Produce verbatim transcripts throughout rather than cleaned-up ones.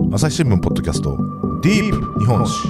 朝日新聞ポッドキャストディープ日本史。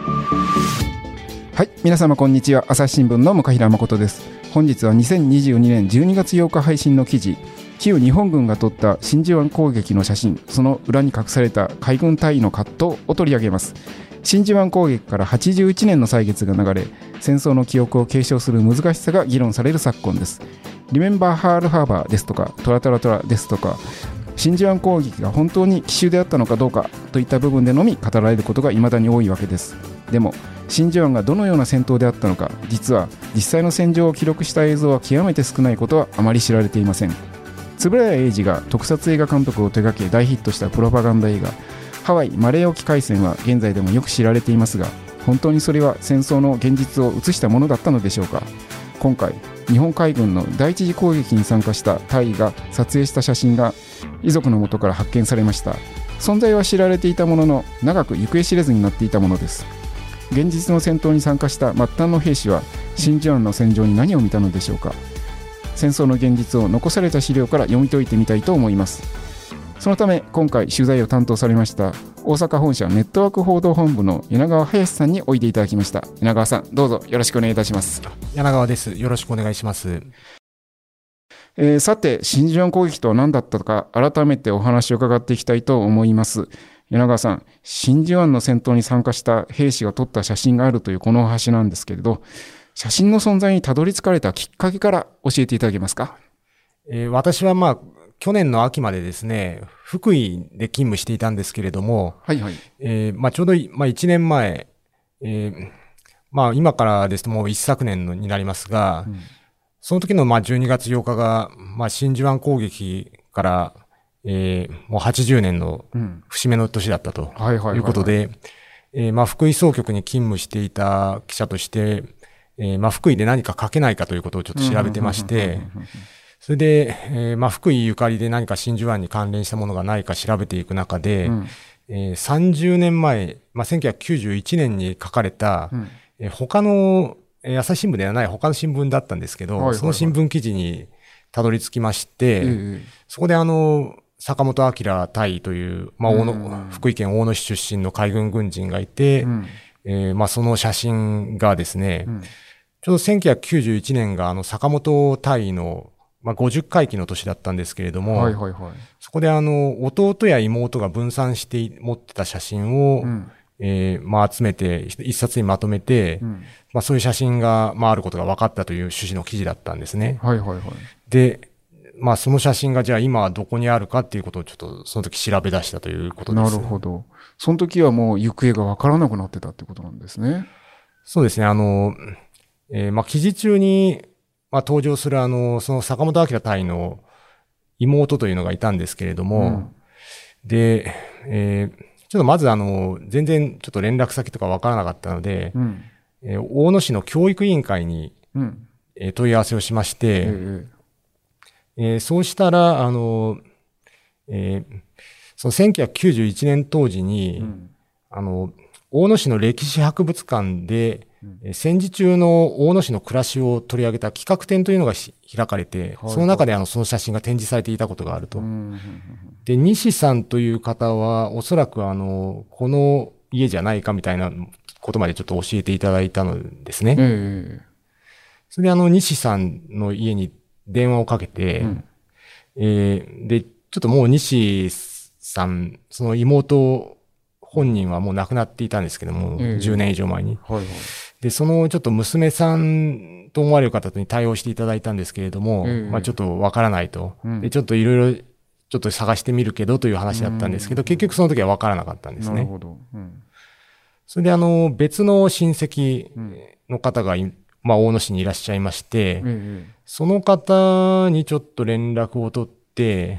はい、皆様こんにちは。朝日新聞の向平誠です。本日はにせんにじゅうにねんじゅうにがつようか配信の記事、旧日本軍が撮った真珠湾攻撃の写真、その裏に隠された海軍大尉の葛藤を取り上げます。真珠湾攻撃からはちじゅういちねんの歳月が流れ、戦争の記憶を継承する難しさが議論される昨今です。リメンバーハールハーバーですとか、トラトラトラですとか、真珠湾攻撃が本当に奇襲であったのかどうかといった部分でのみ語られることが未だに多いわけです。でも真珠湾がどのような戦闘であったのか、実は実際の戦場を記録した映像は極めて少ないことはあまり知られていません。円谷英二が特撮映画監督を手掛け大ヒットしたプロパガンダ映画ハワイマレー沖海戦は現在でもよく知られていますが、本当にそれは戦争の現実を映したものだったのでしょうか。今回日本海軍の第一次攻撃に参加した大尉が撮影した写真が遺族の元から発見されました。存在は知られていたものの、長く行方知れずになっていたものです。現実の戦闘に参加した末端の兵士は真珠湾の戦場に何を見たのでしょうか。戦争の現実を残された資料から読み解いてみたいと思います。そのため今回取材を担当されました大阪本社ネットワーク報道本部の柳川林さんにおいでいただきました。柳川さん、どうぞよろしくお願いいたします。 柳川です。よろしくお願いします。 えー、さて真珠湾攻撃とは何だったか、改めてお話を伺っていきたいと思います。柳川さん、真珠湾の戦闘に参加した兵士が撮った写真があるというこのお話なんですけれど、写真の存在にたどり着かれたきっかけから教えていただけますか。 えー、私はまあ去年の秋までですね、福井で勤務していたんですけれども、はいはい、えー、まあちょうど、まあ、いちねんまえ、えー、まあ今からですともう一昨年のになりますが、うん、その時のまあじゅうにがつようかが、まあ真珠湾攻撃から、えー、もうはちじゅうねんの節目の年だったということで、まあ福井総局に勤務していた記者として、えー、まあ福井で何か書けないかということをちょっと調べてまして、それで、えー、まあ福井ゆかりで何か真珠湾に関連したものがないか調べていく中で、うんえー、さんじゅうねんまえ、まあせんきゅうひゃくきゅうじゅういちねんに書かれた、うんえー、他の、えー、朝日新聞ではない他の新聞だったんですけど、はいはいはい、その新聞記事にたどり着きまして、えー、そこであの、坂本明大尉という、まあ大野、うん、福井県大野市出身の海軍軍人がいて、うんえー、まあその写真がですね、うん、ちょうどせんきゅうひゃくきゅうじゅういちねんがあの坂本大尉のまあ、ごじゅっかいきの年だったんですけれども、はいはいはい、そこであの、弟や妹が分散して持ってた写真を、うんえー、まあ集めて、一冊にまとめて、うんまあそういう写真が、まああることが分かったという趣旨の記事だったんですね。はいはいはい。で、まあその写真がじゃあ今はどこにあるかっていうことをちょっとその時調べ出したということです。 なるほど。その時はもう行方が分からなくなってたってことなんですね。 そうですね。あの、えー、まあ記事中に、まあ、登場するあの、その坂本明大尉の妹というのがいたんですけれども、うん、で、えー、ちょっとまずあの、全然ちょっと連絡先とかわからなかったので、うんえー、大野市の教育委員会に、うんえー、問い合わせをしまして、えーえー、そうしたら、あの、えー、そのせんきゅうひゃくきゅうじゅういちねん当時に、うん、あの、大野市の歴史博物館で、うん、戦時中の大野市の暮らしを取り上げた企画展というのが開かれて、はいはい、その中であのその写真が展示されていたことがあると。で、西さんという方はおそらくあの、この家じゃないかみたいなことまでちょっと教えていただいたのですね。えー、それであの西さんの家に電話をかけて、うんえー、で、ちょっともう西さん、その妹本人はもう亡くなっていたんですけども、えー、じゅうねん以上前に。はいはいで、そのちょっと娘さんと思われる方に対応していただいたんですけれども、えー、まあちょっとわからないと、うん。で、ちょっといろいろちょっと探してみるけどという話だったんですけど、うん、結局その時はわからなかったんですね。なるほど。うん、それであの、別の親戚の方が、まあ大野市にいらっしゃいまして、うん、その方にちょっと連絡を取って、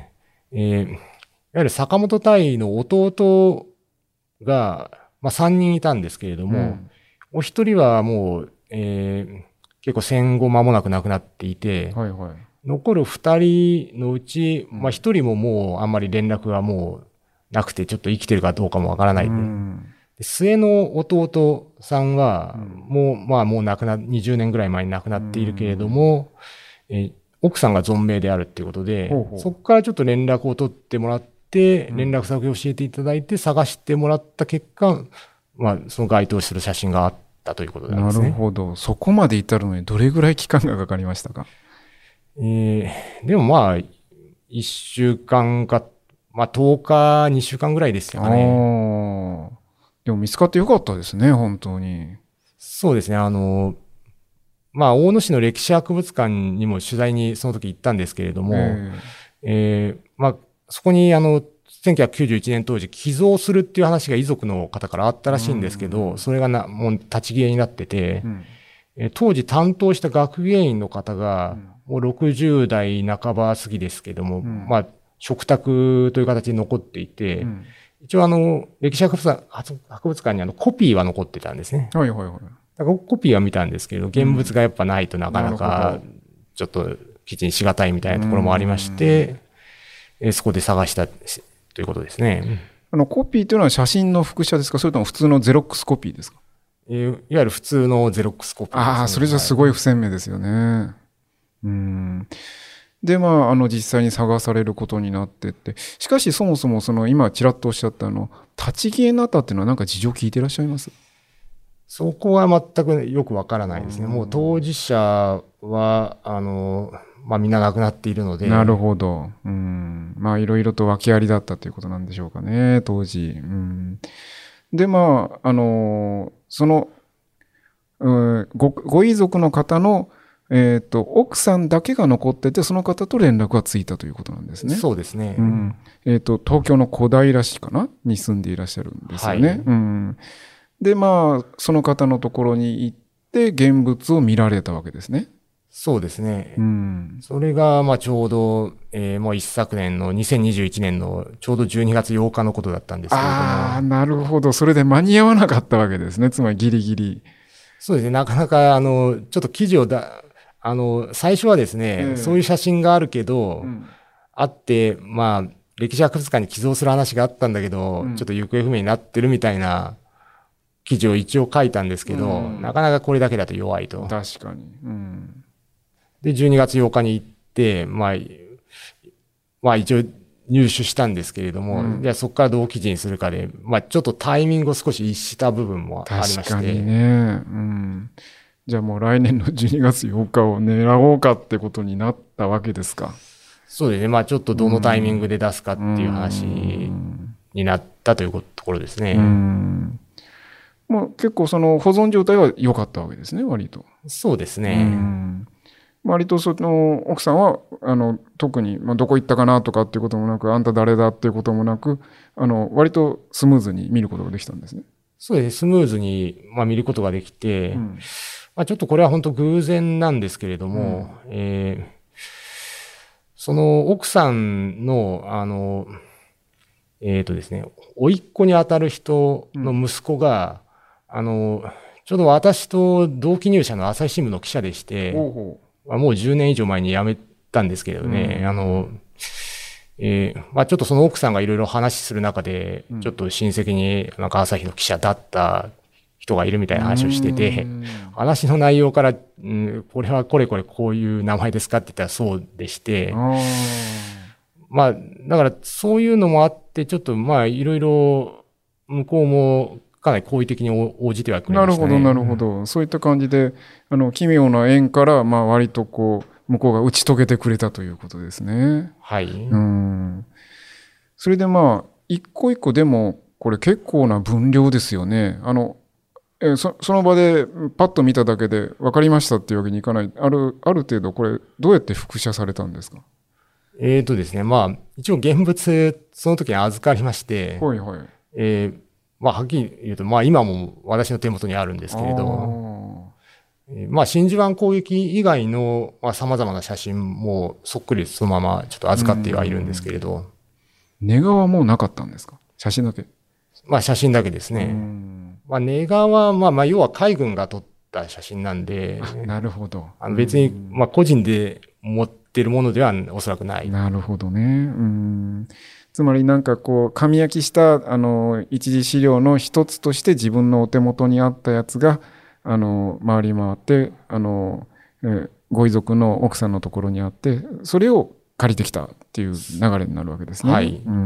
えー、いわゆる坂本大尉の弟が、まあさんにんいたんですけれども、うんお一人はもう、えー、結構戦後間もなく亡くなっていて、はいはい、残る二人のうち、まあ一人ももうあんまり連絡がもうなくて、ちょっと生きてるかどうかもわからない、うん、で。末の弟さんは、もう、まあもう亡くな、にじゅうねんぐらい前に亡くなっているけれども、うんえー、奥さんが存命であるっていうことで、ほうほうそこからちょっと連絡を取ってもらって、連絡先を教えていただいて、探してもらった結果、まあ、その該当する写真があったということなんですね。 なるほど。そこまで至るのにどれぐらい期間がかかりましたか？ えー、でもまあ、いっしゅうかんか、まあとおか、にしゅうかんぐらいですよね。 ああ。でも見つかってよかったですね、本当に。 そうですね。あの、まあ、大野市の歴史博物館にも取材にその時行ったんですけれども、えーえー、まあ、そこにあの、せんきゅうひゃくきゅうじゅういちねん当時、寄贈するっていう話が遺族の方からあったらしいんですけど、うん、それがな、もう立ち消えになってて、うん、えー、当時担当した学芸員の方が、もうろくじゅうだいなかば過ぎですけども、うん、まあ、食卓という形で残っていて、うん、一応あの、歴史博物館、博物館にあのコピーは残ってたんですね。 はいはいはい。 だからコピーは見たんですけど、現物がやっぱないとなかなか、ちょっと記事にしがたいみたいなところもありまして、えそこで探したということですね。 あの、コピーというのは写真の複写ですか？それとも普通のゼロックスコピーですか？ えー、いわゆる普通のゼロックスコピーですね。 ああ、それじゃすごい不鮮明ですよね。うん。で、まあ、あの、実際に探されることになってって、しかしそもそもその、今ちらっとおっしゃったあの、立ち消えになったっていうのはなんか事情聞いてらっしゃいます？ そこは全くよくわからないですね。もう当事者は、あの、まあみんな亡くなっているので。 なるほど。うん。まあいろいろと訳ありだったということなんでしょうかね、当時。うん、で、まあ、あの、その、うん、ご、ご遺族の方の、えっと、奥さんだけが残ってて、その方と連絡がついたということなんですね。 そうですね。 うん、えっと、東京の小平市かなに住んでいらっしゃるんですよね。はい、うん。で、まあ、その方のところに行って、現物を見られたわけですね。 そうですね。 うん。 それが、まあ、ちょうど、えー、もう一昨年のにせんにじゅういちねんのちょうどじゅうにがつようかのことだったんですけれども。 ああ、なるほど。それで間に合わなかったわけですね。つまりギリギリ。 そうですね。なかなか、あの、ちょっと記事をだ、あの、最初はですね、えー、そういう写真があるけど、うん、あって、まあ、歴史博物館に寄贈する話があったんだけど、うん、ちょっと行方不明になってるみたいな記事を一応書いたんですけど、うん、なかなかこれだけだと弱いと。 確かに。うん、 で、じゅうにがつようかに行って、まあ、まあ一応入手したんですけれども、うん、じゃあそこからどう記事にするかで、まあちょっとタイミングを少し逸した部分もありまして。 確かにね。うん。じゃあもう来年のじゅうにがつようかを狙おうかってことになったわけですか。 そうですね。まあちょっとどのタイミングで出すかっていう話になったというところですね。うん。 まあ結構その保存状態は良かったわけですね、割と。 そうですね。うん、 割とその奥さんはあの特に、まあ、どこ行ったかなとかっていうこともなく、あんた誰だっていうこともなく、あの割とスムーズに見ることができたんですね。 そうですね。スムーズに、まあ、見ることができて、うんまあ、ちょっとこれは本当偶然なんですけれども、うんえー、その奥さんの、あの、えっとですね、甥っ子に当たる人の息子が、うん、あの、ちょうど私と同期入社の朝日新聞の記者でして、ほうほうもうじゅうねん以上前に辞めたんですけれどね、うん、あの、えー、まあちょっとその奥さんがいろいろ話する中で、うん、ちょっと親戚になんか朝日の記者だった人がいるみたいな話をしてて、話の内容から、うん、これはこれこれこういう名前ですかって言ったらそうでして、まあ、だからそういうのもあって、ちょっとまあいろいろ向こうもかなり好意的に応じてはくれましたね。 なるほど、なるほど。そういった感じで、あの、奇妙な縁から、まあ割とこう、向こうが打ち解けてくれたということですね。 はい。 うん。それでまあ、一個一個でも、これ結構な分量ですよね。あの、えそ, その場でパッと見ただけで分かりましたっていうわけにいかない。ある、ある程度これどうやって複写されたんですか？ えーとですね、まあ、一応現物、その時に預かりまして、 はいはい。 えー、まあ、はっきり言うと、まあ今も私の手元にあるんですけれど、えー、まあ真珠湾攻撃以外の、まあ、様々な写真もそっくりそのままちょっと預かってはいるんですけれど。 寝顔はもうなかったんですか？写真だけ？ まあ写真だけですね。まあ、寝顔は、まあ、まあ、要は海軍が撮った写真なんで。 なるほど。 あの別に、まあ、個人で持ってるものではおそらくない。 なるほどね。うん。つまりなんかこう、紙焼きした、あの、一次資料の一つとして自分のお手元にあったやつが、あの、回り回って、あの、えー、ご遺族の奥さんのところにあって、それを借りてきたっていう流れになるわけですね。 はい。 うん。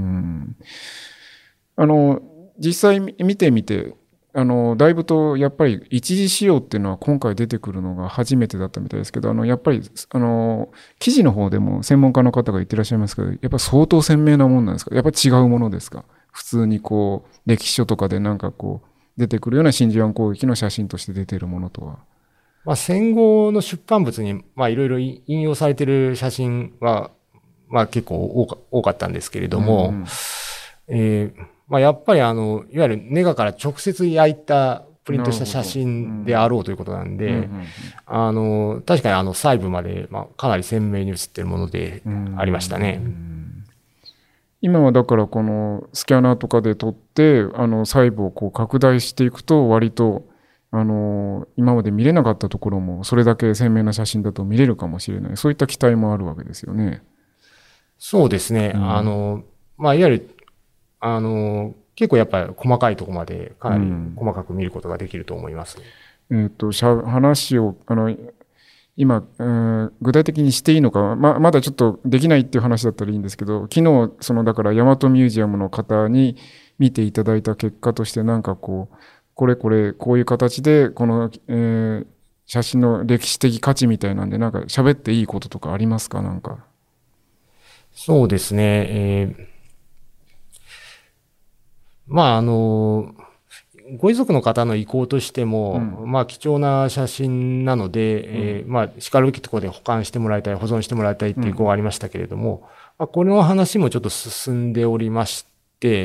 あの、実際見てみて、あの、だいぶと、やっぱり一次使用っていうのは今回出てくるのが初めてだったみたいですけど、あの、やっぱり、あの、記事の方でも専門家の方が言ってらっしゃいますけど、やっぱ相当鮮明なもんなんですか？やっぱ違うものですか？普通にこう、歴史書とかでなんかこう、出てくるような真珠湾攻撃の写真として出ているものとは。 まあ、戦後の出版物に、まあ、いろいろ引用されている写真は、まあ、結構多か、多かったんですけれども、うんうん、えー、まあ、やっぱりあの、いわゆるネガから直接焼いたプリントした写真であろうということなんで、あの、確かにあの細部まで、まあ、かなり鮮明に写っているものでありましたね。うんうん、 今はだからこのスキャナーとかで撮って、あの細部をこう拡大していくと割と、あの、今まで見れなかったところもそれだけ鮮明な写真だと見れるかもしれない。そういった期待もあるわけですよね。 そうですね。うん、あの、まあ、いわゆる、あの、結構やっぱり細かいところまでかなり細かく見ることができると思います。 うん、えっと、話を、あの、今、えー、具体的にしていいのか、ま、まだちょっとできないっていう話だったらいいんですけど、昨日、その、だから、大和ミュージアムの方に見ていただいた結果として、なんかこう、これこれ、こういう形で、この、えー、写真の歴史的価値みたいなんで、なんか喋っていいこととかありますか？なんか。 そうですね。えー、まあ、あの、ご遺族の方の意向としても、うん、まあ、貴重な写真なので、うん、えー、まあ、しかるべきところで保管してもらいたい、保存してもらいたいっていう意向がありましたけれども、うん、まあ、この話もちょっと進んでおりまして、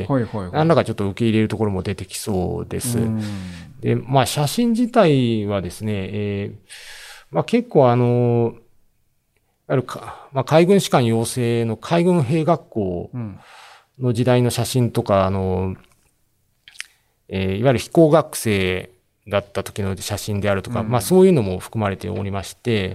はいはいはい、何らかちょっと受け入れるところも出てきそうです。うん、で、まあ、写真自体はですね、えー、まあ、結構あの、あるか、まあ、海軍士官養成の海軍兵学校の時代の写真とか、あの、えー、いわゆる飛行学生だった時の写真であるとか、うん、まあそういうのも含まれておりまして、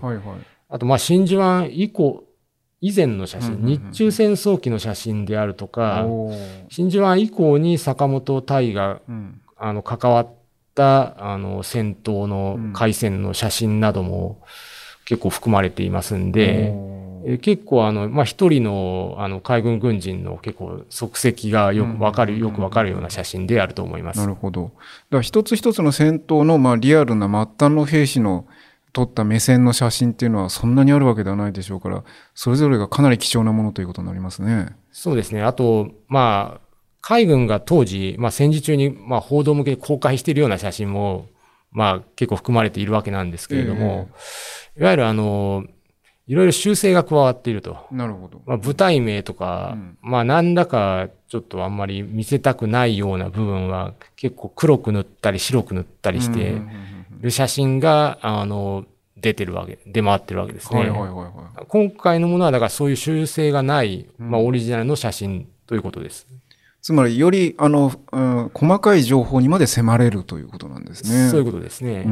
はいはい、あとまあ真珠湾以降、以前の写真、うんうんうん、日中戦争期の写真であるとか、真珠湾以降に坂本大が、うん、あの関わったあの戦闘の海戦の写真なども結構含まれていますんで、え結構あの、まあ、一人のあの海軍軍人の結構足跡がよくわかる、よくわかるような写真であると思います。 なるほど。だから一つ一つの戦闘のまあリアルな末端の兵士の撮った目線の写真っていうのはそんなにあるわけではないでしょうから、それぞれがかなり貴重なものということになりますね。 そうですね。あと、まあ、海軍が当時、まあ戦時中にまあ報道向けに公開しているような写真も、まあ結構含まれているわけなんですけれども、えー、いわゆるあの、いろいろ修正が加わっていると。 なるほど。 まあ、部隊名とか、うん、まあ、何らかちょっとあんまり見せたくないような部分は結構黒く塗ったり白く塗ったりしてる写真が、あの、出てるわけ、出回ってるわけですね。はいはいはいはい、今回のものはだからそういう修正がない、まあ、オリジナルの写真ということです。うん、 つまり、より、あの、うん、細かい情報にまで迫れるということなんですね。 そういうことですね。 うん、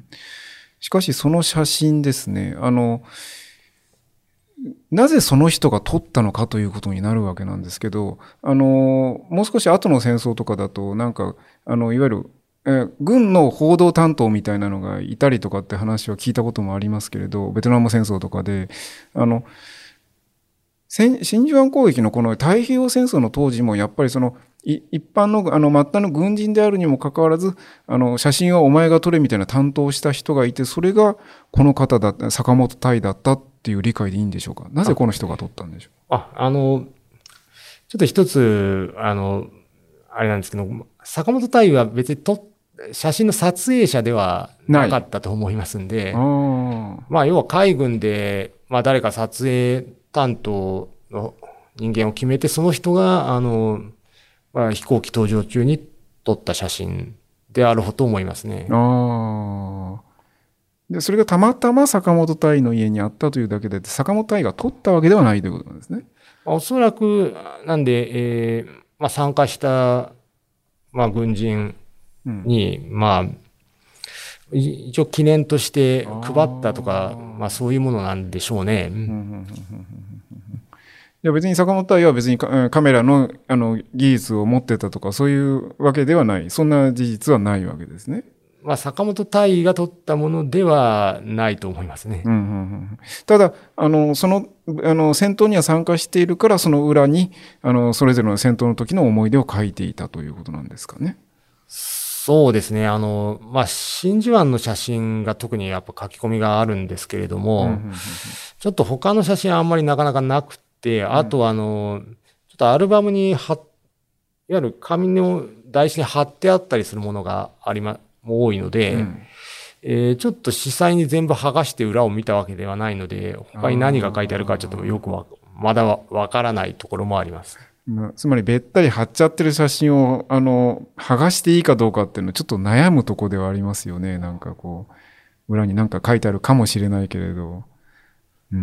しかし、その写真ですね、あの、なぜその人が撮ったのかということになるわけなんですけど、あの、もう少し後の戦争とかだと、なんか、あの、いわゆる、えー、軍の報道担当みたいなのがいたりとかって話は聞いたこともありますけれど、ベトナム戦争とかで、あの、真珠湾攻撃のこの太平洋戦争の当時もやっぱりその一般のあの末端の軍人であるにもかかわらず、あの写真はお前が撮れみたいな担当した人がいて、それがこの方だった、坂本大だったっていう理解でいいんでしょうか。なぜこの人が撮ったんでしょう。 あ、あのちょっと一つあのあれなんですけど、坂本大は別に撮写真の撮影者ではなかったと思いますんで、あまあ要は海軍でまあ誰か撮影担当の人間を決めて、その人が、あの、まあ、飛行機搭乗中に撮った写真であると思いますね。 ああ。で、それがたまたま坂本大の家にあったというだけで、坂本大が撮ったわけではないということなんですね。 おそらく、なんで、えー、まあ参加した、まあ軍人に、うん、まあ、一応記念として配ったとか、あまあそういうものなんでしょうね。 いや別に坂本大は別にカメラのあの技術を持ってたとかそういうわけではない。そんな事実はないわけですね。 まあ、坂本大が撮ったものではないと思いますね。 うんうんうん、ただあのそのあの戦闘には参加しているから、その裏にあのそれぞれの戦闘の時の思い出を書いていたということなんですかね。 そうですね。あの、まあ、真珠湾の写真が特にやっぱ書き込みがあるんですけれども、うんうんうんうん、ちょっと他の写真あんまりなかなかなくて、あとあの、ちょっとアルバムに貼っ、いわゆる紙の台紙に貼ってあったりするものがありま、も多いので、うん、えー、ちょっと実際に全部剥がして裏を見たわけではないので、他に何が書いてあるかちょっとよくわ、まだわからないところもあります。 つまりべったり貼っちゃってる写真をあの剥がしていいかどうかっていうのはちょっと悩むとこではありますよね。なんかこう裏に何か書いてあるかもしれないけれど、うん。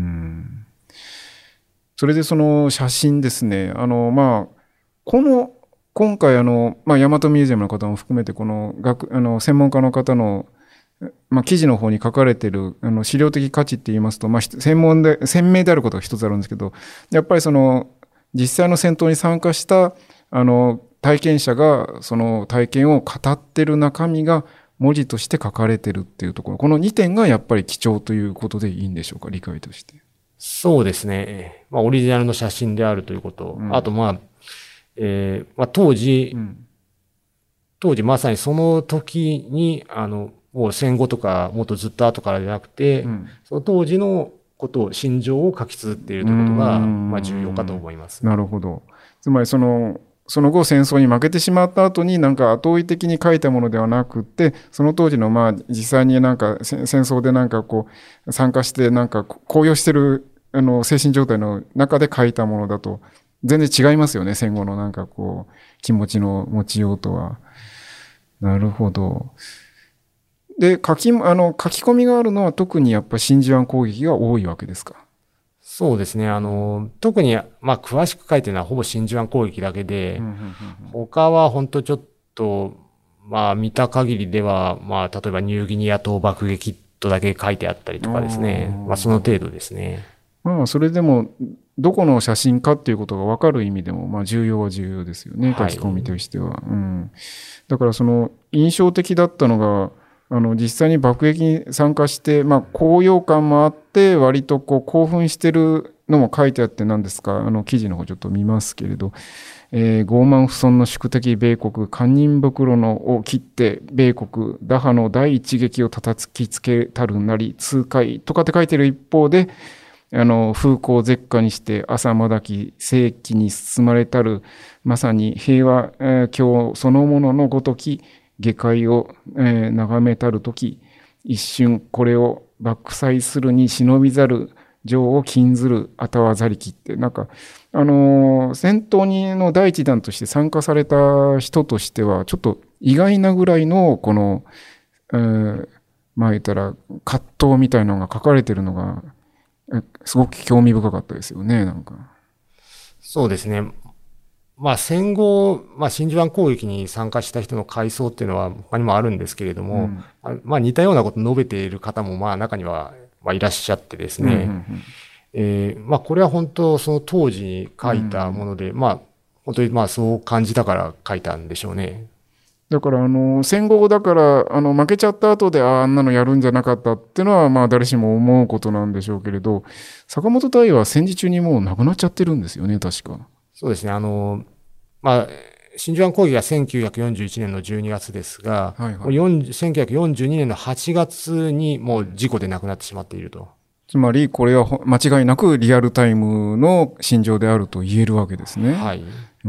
それでその写真ですね。あのまあこの今回あのまあ大和ミュージアムの方も含めてこの学あの専門家の方のまあ、記事の方に書かれているあの資料的価値って言いますと、まあ、専門で鮮明であることが一つあるんですけど、やっぱりその実際の戦闘に参加したあの体験者がその体験を語ってる中身が文字として書かれてるっていうところ、このにてんがやっぱり貴重ということでいいんでしょうか、理解として。 そうですね、まあ、オリジナルの写真であるということ、うん、あとまあ、えーまあ、当時、うん、当時まさにその時にあのもう戦後とかもっとずっと後からじゃなくて、うん、その当時のことを心情を書き綴っているということがまあ重要かと思います。 なるほど。つまりそのその後戦争に負けてしまった後になんか後追い的に書いたものではなくて、その当時のまあ実際になんか戦争でなんかこう参加してなんか高揚してるあの精神状態の中で書いたものだと全然違いますよね、戦後のなんかこう気持ちの持ちようとは。なるほど。で書き、あの書き込みがあるのは特にやっぱ真珠湾攻撃が多いわけですか。 そうですね。あの、特に、まあ、詳しく書いてるのはほぼ真珠湾攻撃だけで、うんうんうんうん、他は本当ちょっと、まあ、見た限りでは、まあ、例えばニューギニア島爆撃とだけ書いてあったりとかですね。まあ、その程度ですね。 まあ、それでも、どこの写真かっていうことが分かる意味でも、まあ、重要は重要ですよね、書き込みとしては。はい、うん、だから、その、印象的だったのが、あの実際に爆撃に参加して、まあ、高揚感もあって割とこう興奮してるのも書いてあって、何ですか、あの記事の方ちょっと見ますけれど、えー、傲慢不遜の宿敵米国堪忍袋のを切って米国打破の第一撃を叩きつけたるなり痛快とかって書いてる一方で、あの風光絶火にして朝まだき世紀に包まれたるまさに平和、えー、教そのもののごとき下界を、えー、眺めたるとき、一瞬これを爆砕するに忍びざる情を禁ずるあたわざりきって、なんか、あのー、戦闘にの第一弾として参加された人としては、ちょっと意外なぐらいの、この、えー、まあ言ったら、葛藤みたいなのが書かれてるのが、すごく興味深かったですよね、なんか。 そうですね。まあ戦後、まあ、真珠湾攻撃に参加した人の回想っていうのは他にもあるんですけれども、うん、まあ似たようなことを述べている方もまあ中にはまあいらっしゃってですね、うんうんうん、えー、まあこれは本当その当時に書いたもので、うん、まあ本当にまあそう感じたから書いたんでしょうね。 だからあの戦後だからあの負けちゃった後で あ, あんなのやるんじゃなかったっていうのはまあ誰しも思うことなんでしょうけれど、坂本大は戦時中にもう亡くなっちゃってるんですよね、確か。 そうですね。あの、まあ、真珠湾攻撃がせんきゅうひゃくよんじゅういちねんのじゅうにがつですが、はいはい、せんきゅうひゃくよんじゅうにねんのはちがつにもう事故で亡くなってしまっていると。 つまりこれは間違いなくリアルタイムの心情であると言えるわけですね。 はい。 うん。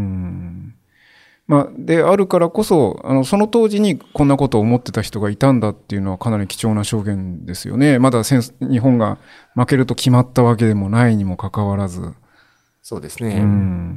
まあ、であるからこそ、あのその当時にこんなことを思ってた人がいたんだっていうのはかなり貴重な証言ですよね。まだ日本が負けると決まったわけでもないにもかかわらず。 そうですね。 うん。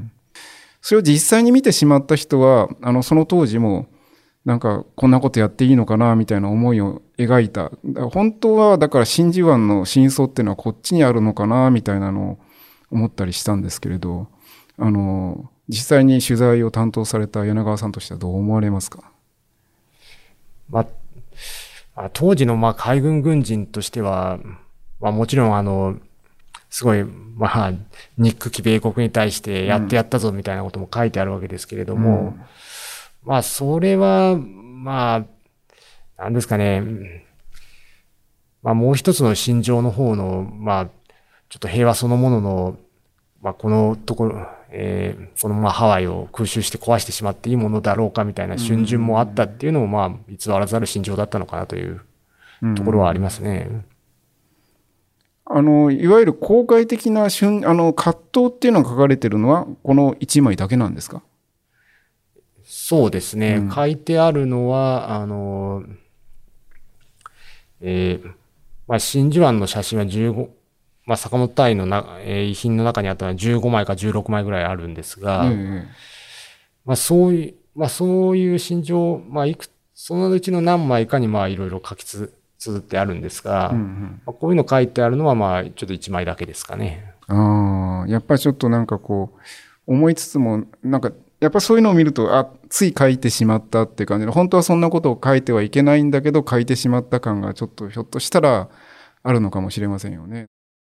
それを実際に見てしまった人は、あのその当時もなんかこんなことやっていいのかなみたいな思いを描いた。本当はだから真珠湾の真相っていうのはこっちにあるのかなみたいなのを思ったりしたんですけれど、あの実際に取材を担当された柳川さんとしてはどう思われますか？ まあ、当時のまあ海軍軍人としては、まあ、もちろんあのすごい、まあ、憎き米国に対してやってやったぞみたいなことも書いてあるわけですけれども、うん、まあ、それは、まあ、 なんですかね、まあもう一つの心情の方の、まあ、ちょっと平和そのものの、まあこのところ、えー、このまあハワイを空襲して壊してしまっていいものだろうかみたいな逡巡もあったっていうのも、まあ偽らざる心情だったのかなというところはありますね。 あの、いわゆる公開的な瞬、あの、葛藤っていうのが書かれてるのは、この一枚だけなんですか？ そうですね。 うん、 書いてあるのは、あの、えー、まあ、真珠湾の写真はじゅうご、まあ、坂本隊のな、えー、遺品の中にあったのはじゅうごまいかじゅうろくまいぐらいあるんですが、 ええ、 まあ、そういう、まあ、そういう心情、まあ、いく、そのうちの何枚かに、まあ、いろいろ書きつ、綴ってあるんですが、 うんうん、 まあ、こういうの書いてあるのは、まあ、ちょっといちまいだけですかね。 ああ、やっぱりちょっとなんかこう、思いつつも、なんか、やっぱそういうのを見ると、あ、つい書いてしまったって感じで、本当はそんなことを書いてはいけないんだけど、書いてしまった感がちょっとひょっとしたらあるのかもしれませんよね。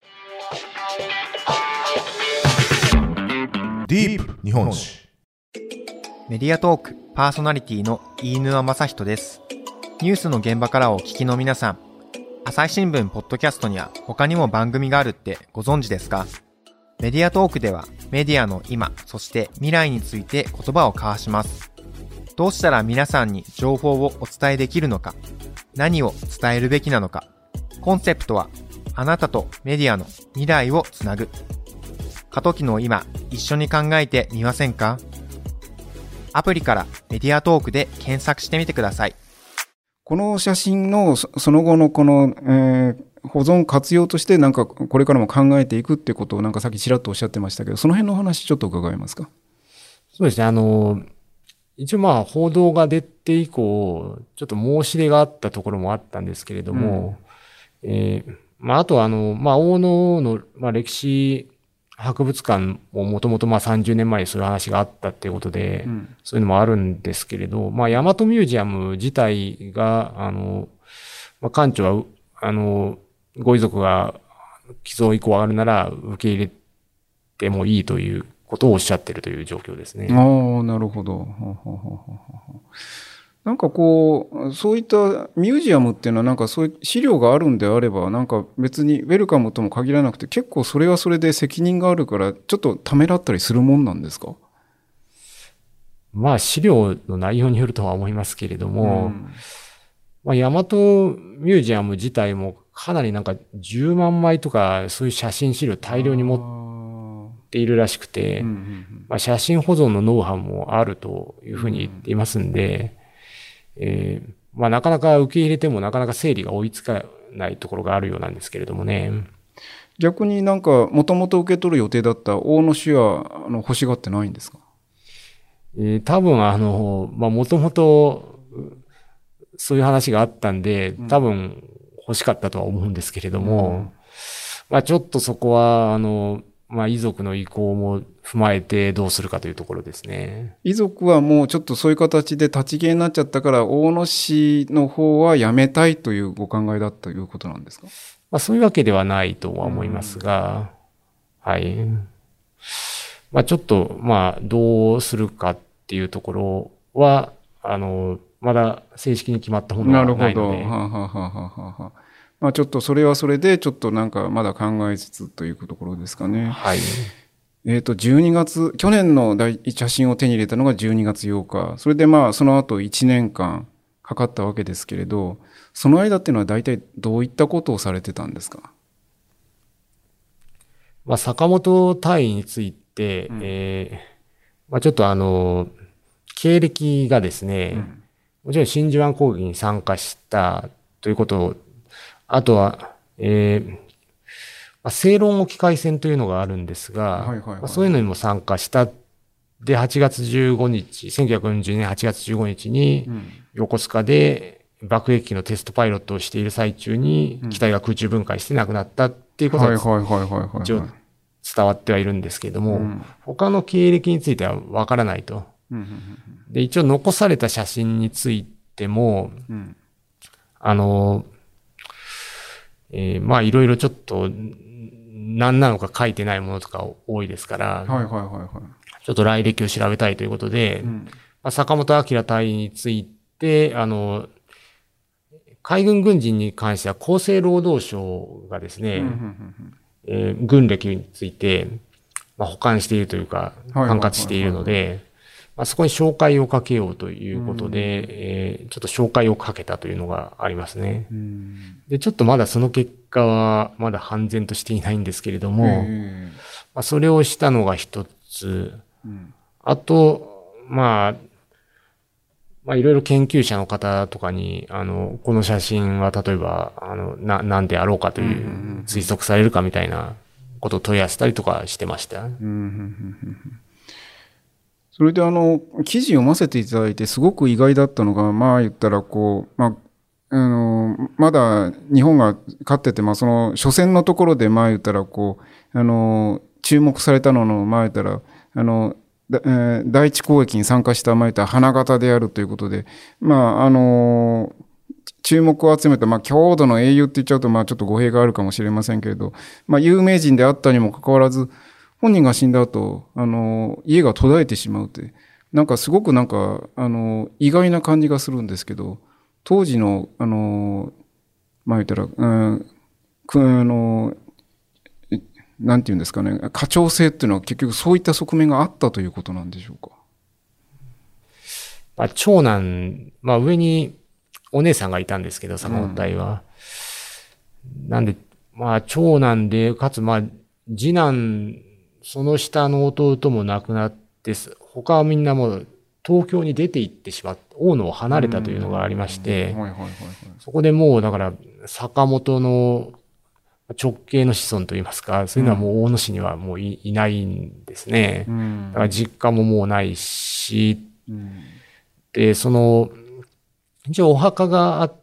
ディープ日本史。 メディアトークパーソナリティの飯沼正人です。ニュースの現場からお聞きの皆さん、朝日新聞ポッドキャストには他にも番組があるってご存知ですか？メディアトークではメディアの今、そして未来について言葉を交わします。どうしたら皆さんに情報をお伝えできるのか、何を伝えるべきなのか。コンセプトはあなたとメディアの未来をつなぐ。過渡期の今、一緒に考えてみませんか？アプリからメディアトークで検索してみてください。 この写真のその後のこの、えー、保存活用としてなんかこれからも考えていくってことをなんかさっきちらっとおっしゃってましたけど、その辺の話ちょっと伺えますか？ そうですね。あの、一応まあ報道が出て以降、ちょっと申し出があったところもあったんですけれども、うん、えー、まああとはあの、まあ大野の、まあ、歴史博物館ももともとまあさんじゅうねんまえにそういう話があったっていうことで、うん、そういうのもあるんですけれど、まあ大和ミュージアム自体が、あの、まあ館長は、あの、ご遺族が寄贈以降あるなら受け入れてもいいということをおっしゃっているという状況ですね。 ああ、なるほど。なんかこう、そういったミュージアムっていうのはなんかそういう資料があるんであれば、なんか別にウェルカムとも限らなくて、結構それはそれで責任があるから、ちょっとためらったりするもんなんですか？ まあ資料の内容によるとは思いますけれども、うん、まあ大和ミュージアム自体もかなりなんかじゅうまんまいとかそういう写真資料大量に持っているらしくて、うんうんうん、まあ、写真保存のノウハウもあるというふうに言っていますんで、えー、まあなかなか受け入れてもなかなか整理が追いつかないところがあるようなんですけれどもね。 逆になんかもともと受け取る予定だった大野市はあの欲しがってないんですか？ えー、多分あの、まあもともとそういう話があったんで、多分欲しかったとは思うんですけれども、うん、まあちょっとそこはあの、まあ遺族の意向も踏まえてどうするかというところですね。 遺族はもうちょっとそういう形で立ち消えになっちゃったから、大野市の方はやめたいというご考えだということなんですか？ まあそういうわけではないとは思いますが、うん、はい。まあちょっと、まあどうするかっていうところは、あの、まだ正式に決まったものはないので。なるほど。ははははは。まあちょっとそれはそれで、ちょっとなんかまだ考えつつというところですかね。 はい。 えっと、じゅうにがつ、去年の写真を手に入れたのがじゅうにがつようか。それでまあその後いちねんかんかかったわけですけれど、その間っていうのは大体どういったことをされてたんですか？ まあ坂本隊員について、うん、えー、まあちょっとあの、経歴がですね、うん、もちろん真珠湾攻撃に参加したということを、あとは、えー、まあ、正論沖海戦というのがあるんですが、はいはいはい、まあ、そういうのにも参加した。で、はちがつじゅうごにち、せんきゅうひゃくよんじゅうねんはちがつじゅうごにちに、横須賀で爆撃機のテストパイロットをしている最中に、機体が空中分解して亡くなったっていうことが、一応伝わってはいるんですけれども、うん、他の経歴についてはわからないと。で、一応残された写真についても、うん、あの、えー、まあいろいろちょっと何なのか書いてないものとか多いですから、はいはいはいはい、ちょっと来歴を調べたいということで、うん、まあ、坂本明隊員について、あの、 海軍軍人に関しては厚生労働省がですね、えー、軍歴について、まあ、保管しているというか、管轄しているので、まあ、そこに紹介をかけようということで、えー、ちょっと紹介をかけたというのがありますね。で、ちょっとまだその結果はまだ判然としていないんですけれども、まあ、それをしたのが一つ、あと、まあ、まあ、いろいろ研究者の方とかに、あの、この写真は例えば、あの、な、なんであろうかという、推測されるかみたいなことを問い合わせたりとかしてました。 それであの、記事読ませていただいてすごく意外だったのが、まあ言ったらこう、まあ、あの、まだ日本が勝ってて、まあその初戦のところでまあ言ったらこう、あの、注目されたのの、まあ言ったら、あの、第一攻撃に参加したまあ花形であるということで、まああの注目を集めた、まあ郷土の英雄って言っちゃうとまあちょっと語弊があるかもしれませんけれど、まあ有名人であったにもかかわらず、本人が死んだ後、あの家が途絶えてしまうって、なんかすごくなんかあの意外な感じがするんですけど、当時のあのまあ言ったら、うん、あのなんていうんですかね、家長制っていうのは結局そういった側面があったということなんでしょうか。 まあ、長男、まあ上にお姉さんがいたんですけど、坂本隊は。うん、なんで、まあ長男で、かつまあ次男、その下の弟も亡くなって、他はみんなもう東京に出て行ってしまって、大野を離れたというのがありまして、そこでもうだから坂本の直系の子孫といいますか、そういうのはもう大野市にはもう い,、うん、いないんですね。うん、だから実家ももうないし、うん、で、その、一応お墓があって、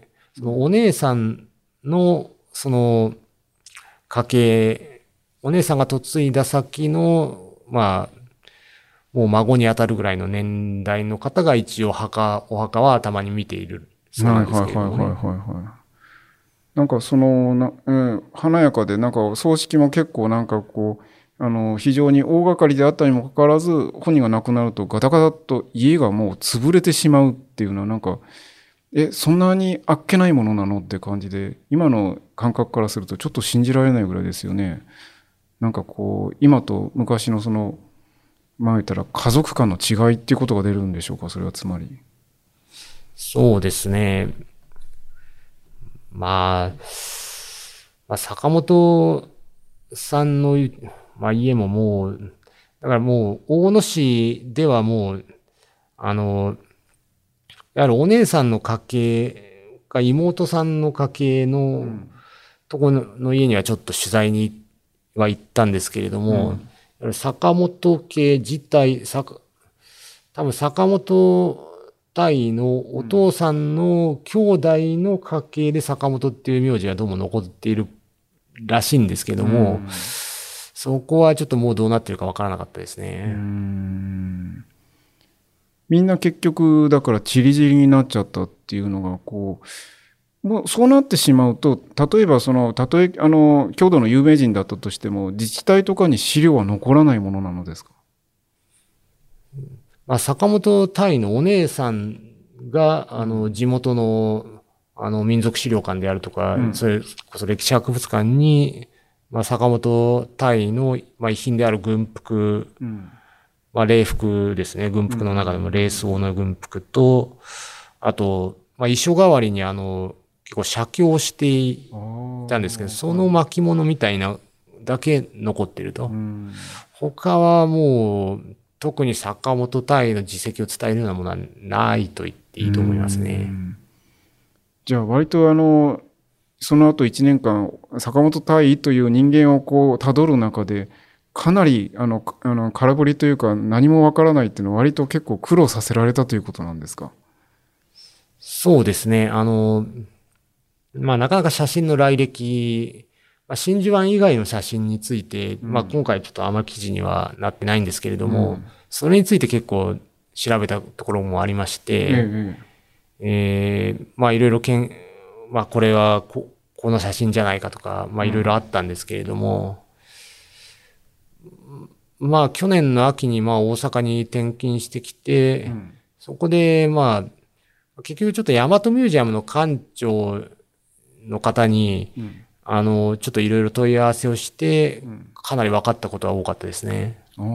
そのお姉さんの、その、家系、お姉さんが嫁いだ先の、まあ、もう孫に当たるぐらいの年代の方が一応墓、お墓はたまに見ているそうなんですけどもね。 なんかそのな、うん、華やかで、なんか葬式も結構なんかこう、あの、非常に大掛かりであったにもかかわらず、本人が亡くなるとガタガタと家がもう潰れてしまうっていうのはなんか、え、そんなにあっけないものなのって感じで、今の感覚からするとちょっと信じられないぐらいですよね。なんかこう、今と昔のその、まあ言ったら家族間の違いっていうことが出るんでしょうか、それはつまり。 そうですね。まあ、まあ、坂本さんの、まあ、家ももう、だからもう、大野市ではもう、あの、やはりお姉さんの家系か妹さんの家系のところの家にはちょっと取材には行ったんですけれども、うん、坂本家自体、多分坂本対のお父さんの兄弟の家系で坂本っていう名字がどうも残っているらしいんですけども、うん、そこはちょっともうどうなってるかわからなかったですね。うーん、 みんな結局だからチリチリになっちゃったっていうのがこう、もうそうなってしまうと、例えばその、たとえあの、郷土の有名人だったとしても、自治体とかに資料は残らないものなのですか？ まあ、坂本隊のお姉さんが、あの、地元の、あの、民族資料館であるとか、うん、それこそ歴史博物館に、まあ、坂本隊の、まあ、遺品である軍服、うん、まあ、礼服ですね。軍服の中でもレース王の軍服と、あと、まあ、衣装代わりにあの、結構写経をしていたんですけど、その巻物みたいなだけ残っていると。うん、他はもう、特に坂本隊の実績を伝えるようなものはないと言っていいと思いますね。 じゃあ割とあの、その後いちねんかん、坂本隊という人間をこう辿る中で、かなりあの、あの空振りというか何もわからないっていうのは割と結構苦労させられたということなんですか？ そうですね。あの、まあなかなか写真の来歴、まあ、真珠湾以外の写真について、うん、まあ今回ちょっとあんま記事にはなってないんですけれども、うん、それについて結構調べたところもありまして、うん、えー、まあいろいろけん、まあこれはこ、この写真じゃないかとか、まあいろいろあったんですけれども、うん、まあ去年の秋にまあ大阪に転勤してきて、うん、そこでまあ結局ちょっと大和ミュージアムの館長の方に、うん、あの、ちょっといろいろ問い合わせをして、うん、かなり分かったことは多かったですね。 あ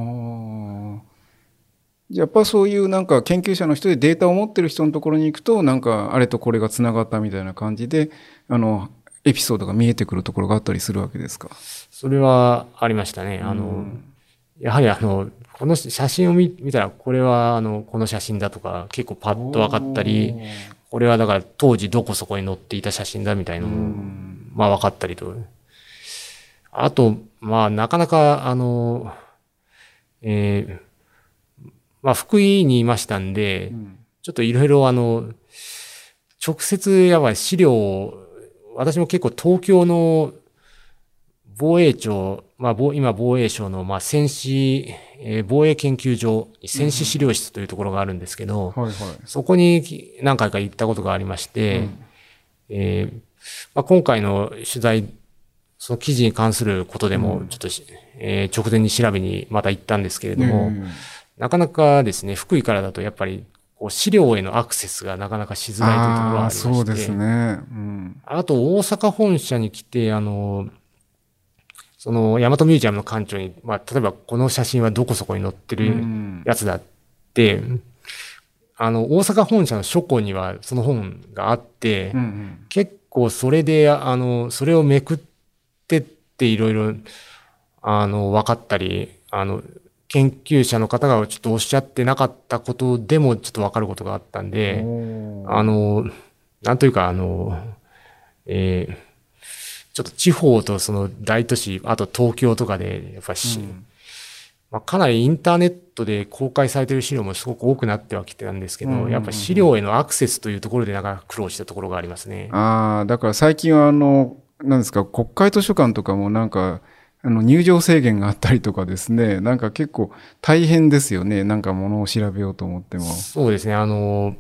やっぱそういうなんか研究者の人でデータを持ってる人のところに行くと、なんかあれとこれがつながったみたいな感じで、あの、エピソードが見えてくるところがあったりするわけですか？ それはありましたね。あの、うん、やはりあの、この写真を 見, 見たら、これはあの、この写真だとか、結構パッと分かったり、これはだから当時どこそこに載っていた写真だみたいなのも、まあ分かったりと。あと、まあなかなかあの、えー、まあ福井にいましたんで、うん、ちょっといろいろあの、直接やばい資料を、私も結構東京の防衛庁、まあ今防衛省のまあ戦士、えー、防衛研究所、戦士資料室というところがあるんですけど、うんはいはい、そこに何回か行ったことがありまして、うんえーまあ、今回の取材、その記事に関することでもちょっと、うんえー、直前に調べにまた行ったんですけれども、うんなかなかですね、福井からだとやっぱりこう資料へのアクセスがなかなかしづらいというところがありまして。 そうですね。うん、 あと大阪本社に来て、あの、その大和ミュージアムの館長に、まあ、例えばこの写真はどこそこに載ってるやつだって、うん、あの、大阪本社の書庫にはその本があって、うんうん、結構それで、あの、それをめくってっていろいろ、あの、分かったり、あの、研究者の方がちょっとおっしゃってなかったことでもちょっとわかることがあったんで、あの、なんというか、あの、えー、ちょっと地方とその大都市、あと東京とかで、やっぱし、うんまあ、かなりインターネットで公開されている資料もすごく多くなってはきてたんですけど、うんうんうん、やっぱ資料へのアクセスというところでなかなか苦労したところがありますね。 ああ、だから最近はあの、なんですか、国会図書館とかもなんか、あの入場制限があったりとかですね、なんか結構大変ですよね。なんかものを調べようと思っても。 そうですね。あの、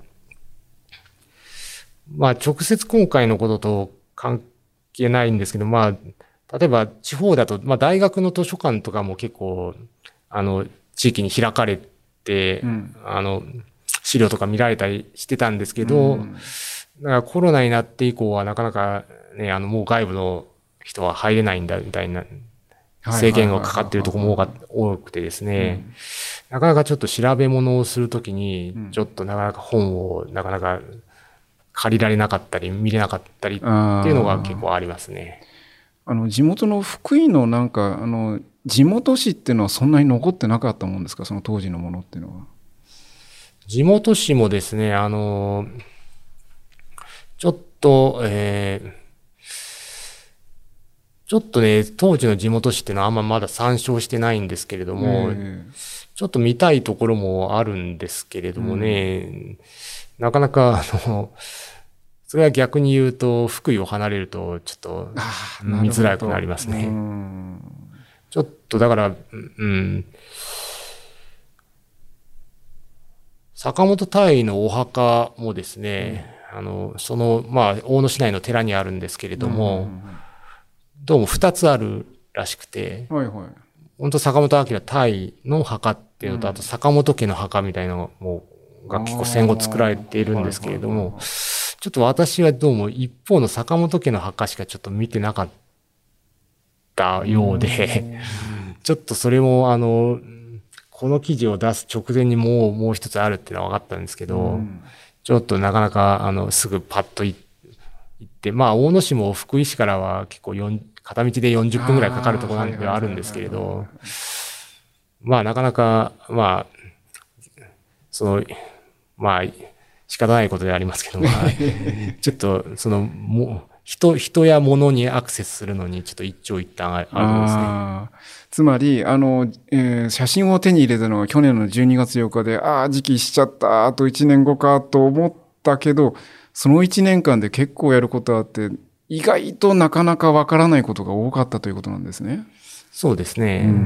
まあ直接今回のことと関係ないんですけど、まあ、例えば地方だと、まあ大学の図書館とかも結構、あの、地域に開かれて、うん、あの、資料とか見られたりしてたんですけど、うん、だからコロナになって以降はなかなかね、あの、もう外部の人は入れないんだみたいな、制限がかかっているところも多くてですね、うん、なかなかちょっと調べ物をするときに、ちょっとなかなか本をなかなか借りられなかったり、見れなかったりっていうのが結構ありますね。 あの、地元の福井のなんか、あの、地元紙っていうのはそんなに残ってなかったもんですか、その当時のものっていうのは。 地元紙もですね、あの、ちょっと、えー、ちょっとね、当時の地元紙っていうのはあんままだ参照してないんですけれども、ちょっと見たいところもあるんですけれどもね、うん、なかなか、あの、それは逆に言うと、福井を離れると、ちょっと見づらくなりますね。ちょっとだから、うん、坂本大のお墓もですね、うん、あの、その、まあ、大野市内の寺にあるんですけれども、うんどうも二つあるらしくて、はいはい、本当坂本明大の墓っていうのと、うん、あと坂本家の墓みたいなのもが結構戦後作られているんですけれども、ちょっと私はどうも一方の坂本家の墓しかちょっと見てなかったようで、ちょっとそれもあの、この記事を出す直前にもうもう一つあるっていうのは分かったんですけど、うん、ちょっとなかなかあの、すぐパッと行って、まあ大野市も福井市からは結構よん片道でよんじゅっぷんぐらいかかるところなんではあるんですけれど、まあなかなか、まあ、その、まあ仕方ないことでありますけど、まあ、ちょっとその、も人、人や物にアクセスするのにちょっと一長一短あるんですね。あつまり、あの、えー、写真を手に入れたのが去年のじゅうにがつようかで、ああ、時期しちゃった、あといちねんごかと思ったけど、そのいちねんかんで結構やることあって、意外となかなかわからないことが多かったということなんですね。 そうですね。うん、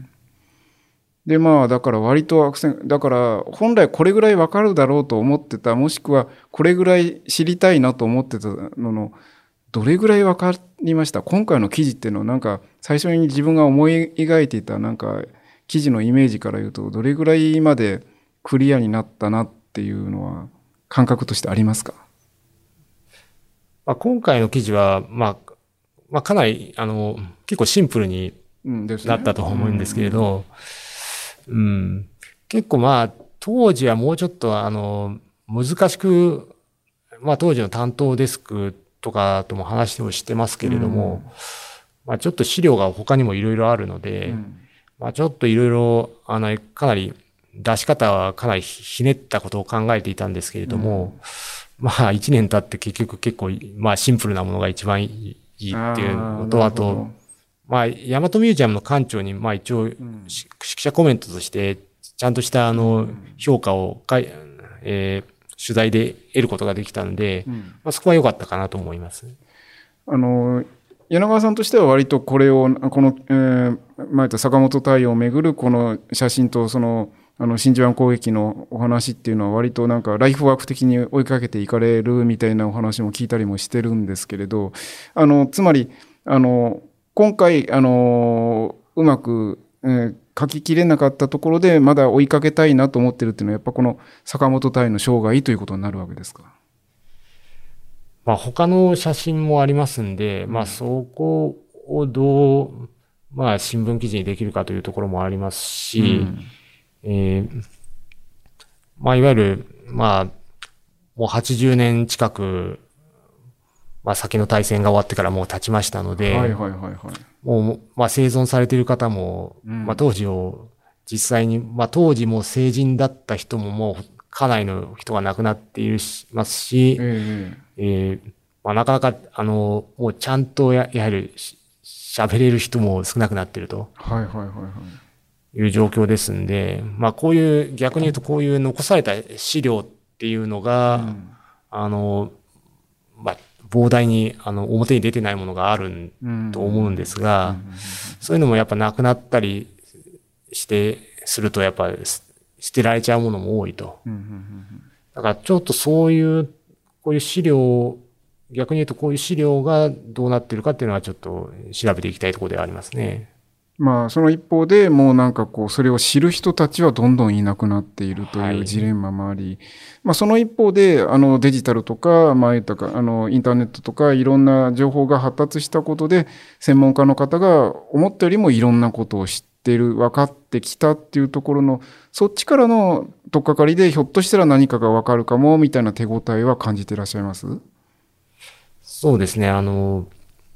で、まあ、だから割と悪戦、だから本来これぐらいわかるだろうと思ってた、もしくはこれぐらい知りたいなと思ってたのの、どれぐらいわかりました？今回の記事っていうのはなんか最初に自分が思い描いていたなんか記事のイメージから言うと、どれぐらいまでクリアになったなっていうのは感覚としてありますか？ まあ、今回の記事は、まあ、まあ、かなり、あの、結構シンプルになったと思うんですけれど、うん、うん、結構まあ、当時はもうちょっと、あの、難しく、まあ、当時の担当デスクとかとも話をしてますけれども、うん、まあ、ちょっと資料が他にもいろいろあるので、うん、まあ、ちょっといろいろ、あの、かなり、出し方はかなりひねったことを考えていたんですけれども、うん、まあ一年経って結局結構、まあシンプルなものが一番いいっていうのと、あと、まあ大和ミュージアムの館長にまあ一応、指揮者コメントとしてちゃんとしたあの評価をかい、えー、取材で得ることができたので、うん、まあそこは良かったかなと思います。 あの、柳川さんとしては割とこれを、この、えー、前と坂本太陽をめぐるこの写真とその、あの真珠湾攻撃のお話っていうのは割となんかライフワーク的に追いかけていかれるみたいなお話も聞いたりもしてるんですけれど、あのつまりあの今回あのうまく、えー、書ききれなかったところでまだ追いかけたいなと思ってるっていうのはやっぱこの坂本太陽の生涯ということになるわけですか？ まあ他の写真もありますんで、まあそこをどうまあ新聞記事にできるかというところもありますし、うんえー、まあ、いわゆる、まあ、もうはちじゅうねん近く、まあ、先の大戦が終わってからもう経ちましたので、はいはいはいはい。もう、まあ、生存されている方も、うん、まあ、当時を、実際に、まあ、当時も成人だった人ももう、かなりの人が亡くなっていますし、えーえー、まあ、なかなか、あの、もうちゃんとや、やはり、喋れる人も少なくなっていると。はいはいはいはい。いう状況ですんで、まあこういう、逆に言うとこういう残された資料っていうのが、うん、あの、まあ膨大にあの表に出てないものがあると思うんですが、うんうんうん、そういうのもやっぱなくなったりして、するとやっぱ捨てられちゃうものも多いと。うんうんうん、だからちょっとそういう、こういう資料、逆に言うとこういう資料がどうなってるかっていうのはちょっと調べていきたいところではありますね。 まあ、その一方でもうなんかこう、それを知る人たちはどんどんいなくなっているというジレンマもあり、はい、まあその一方で、あのデジタルとか、まあ言ったか、あのインターネットとかいろんな情報が発達したことで、専門家の方が思ったよりもいろんなことを知っている、分かってきたっていうところの、そっちからの取っかかりでひょっとしたら何かが分かるかも、みたいな手応えは感じていらっしゃいます？ そうですね、あの、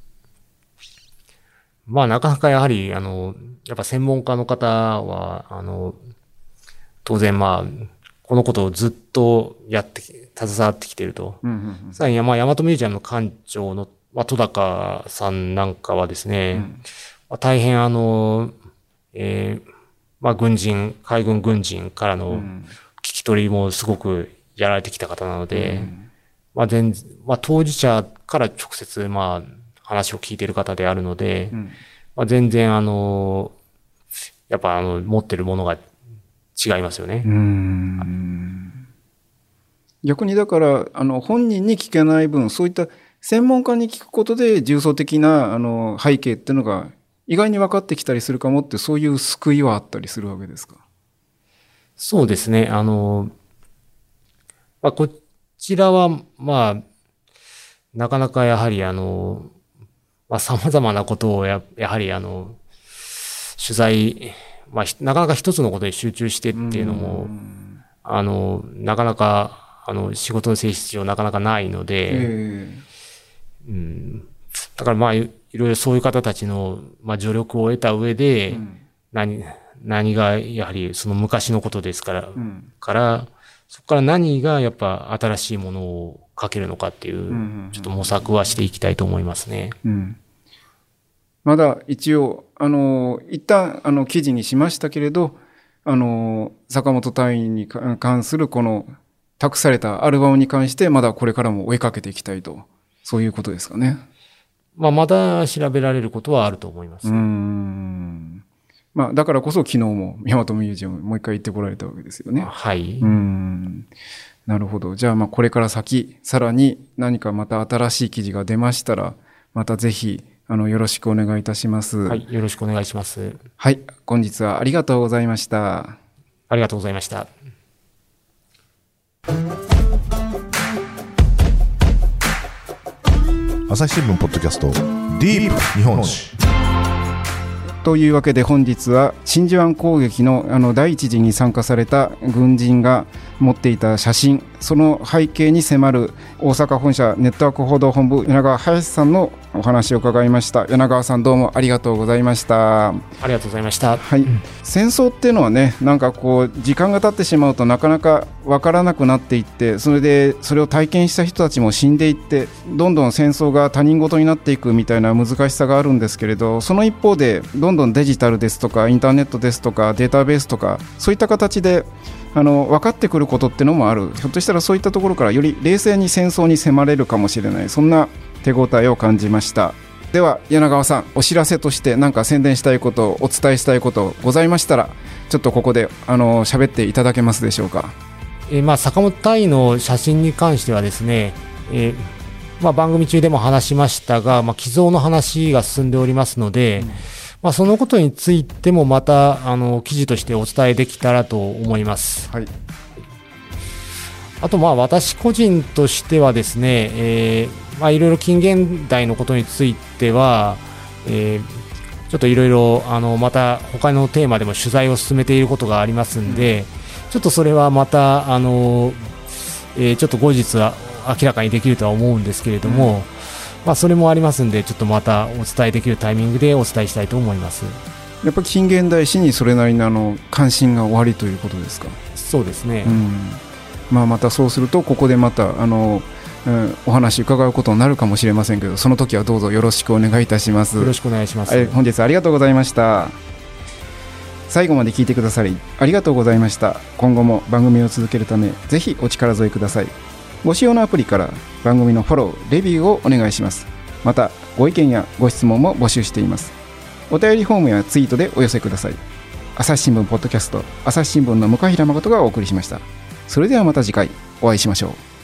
まあなかなかやはり、あの、やっぱ専門家の方は、あの、当然まあ、このことをずっとやってき、携わってきていると。うんうんうん、さらに、まあ、大和ミュージアムの館長の、まあ、戸高さんなんかはですね、うんまあ、大変あの、えー、まあ、軍人、海軍軍人からの聞き取りもすごくやられてきた方なので、うん、まあ、全、まあ、当事者から直接、まあ、話を聞いている方であるので、うんまあ、全然あの、やっぱあの、持ってるものが違いますよね。うーん逆にだから、あの、本人に聞けない分、そういった専門家に聞くことで重層的なあの背景っていうのが意外に分かってきたりするかもって、そういう救いはあったりするわけですか？ そうですね。あの、まあ、こちらは、まあ、なかなかやはりあの、まあ、様々なことをや、やはりあの、取材、まあ、なかなか一つのことに集中してっていうのも、あの、なかなか、あの、仕事の性質上なかなかないので、うん、だからまあ、いろいろそういう方たちの、まあ、助力を得た上で、うん、何、何がやはりその昔のことですから、うん、から、そこから何がやっぱ新しいものを書けるのかっていう、ちょっと模索はしていきたいと思いますね。うん、 まだ一応、あの、一旦、あの、記事にしましたけれど、あの、坂本隊員に関するこの、託されたアルバムに関して、まだこれからも追いかけていきたいと、そういうことですかね。 まあ、まだ調べられることはあると思います。うーん。まあ、だからこそ昨日も大和ミュージアムもう一回行ってこられたわけですよね。 はい。 うーん。なるほど。じゃあ、まあ、これから先、さらに何かまた新しい記事が出ましたら、またぜひ、あの、よろしくお願いいたします。 はい。よろしくお願いします。 はい。本日はありがとうございました。 ありがとうございました。 朝日新聞ポッドキャストディープ日本史。 というわけで本日は真珠湾攻撃 の, あの第一次に参加された軍人が持っていた写真、その背景に迫る大阪本社ネットワーク報道本部柳川林さんのお話を伺いました。柳川さん、どうもありがとうございました。 ありがとうございました。 はい、うん、戦争っていうのはね、なんかこう時間が経ってしまうとなかなか分からなくなっていって、それでそれを体験した人たちも死んでいって、どんどん戦争が他人事になっていくみたいな難しさがあるんですけれど、その一方でどんどんデジタルですとかインターネットですとかデータベースとかそういった形であの分かってくることってのもある。ひょっとしたらそういったところからより冷静に戦争に迫れるかもしれない、そんな手応えを感じました。では柳川さん、お知らせとして何か宣伝したいこと、お伝えしたいことございましたら、ちょっとここであの喋っていただけますでしょうか。 えーまあ、坂本大の写真に関してはですね、えーまあ、番組中でも話しましたが、まあ、寄贈の話が進んでおりますので、うんまあ、そのことについてもまたあの記事としてお伝えできたらと思います。はい、あとまあ私個人としてはですね、えーまあ、いろいろ近現代のことについては、えー、ちょっといろいろあのまた他のテーマでも取材を進めていることがありますんで、うん、ちょっとそれはまたあの、えー、ちょっと後日は明らかにできるとは思うんですけれども、うんまあ、それもありますんで、ちょっとまたお伝えできるタイミングでお伝えしたいと思います。 やっぱり近現代史にそれなりのあの関心がおありということですか。 そうですね、 うんまあ、またそうするとここでまたあの、うん、お話伺うことになるかもしれませんけど、その時はどうぞよろしくお願いいたします。 よろしくお願いします。 本日ありがとうございました。最後まで聞いてくださりありがとうございました。今後も番組を続けるためぜひお力添えください。ご使用のアプリから番組のフォロー、レビューをお願いします。またご意見やご質問も募集しています。お便りフォームやツイートでお寄せください。朝日新聞ポッドキャスト、朝日新聞の向平誠がお送りしました。それではまた次回お会いしましょう。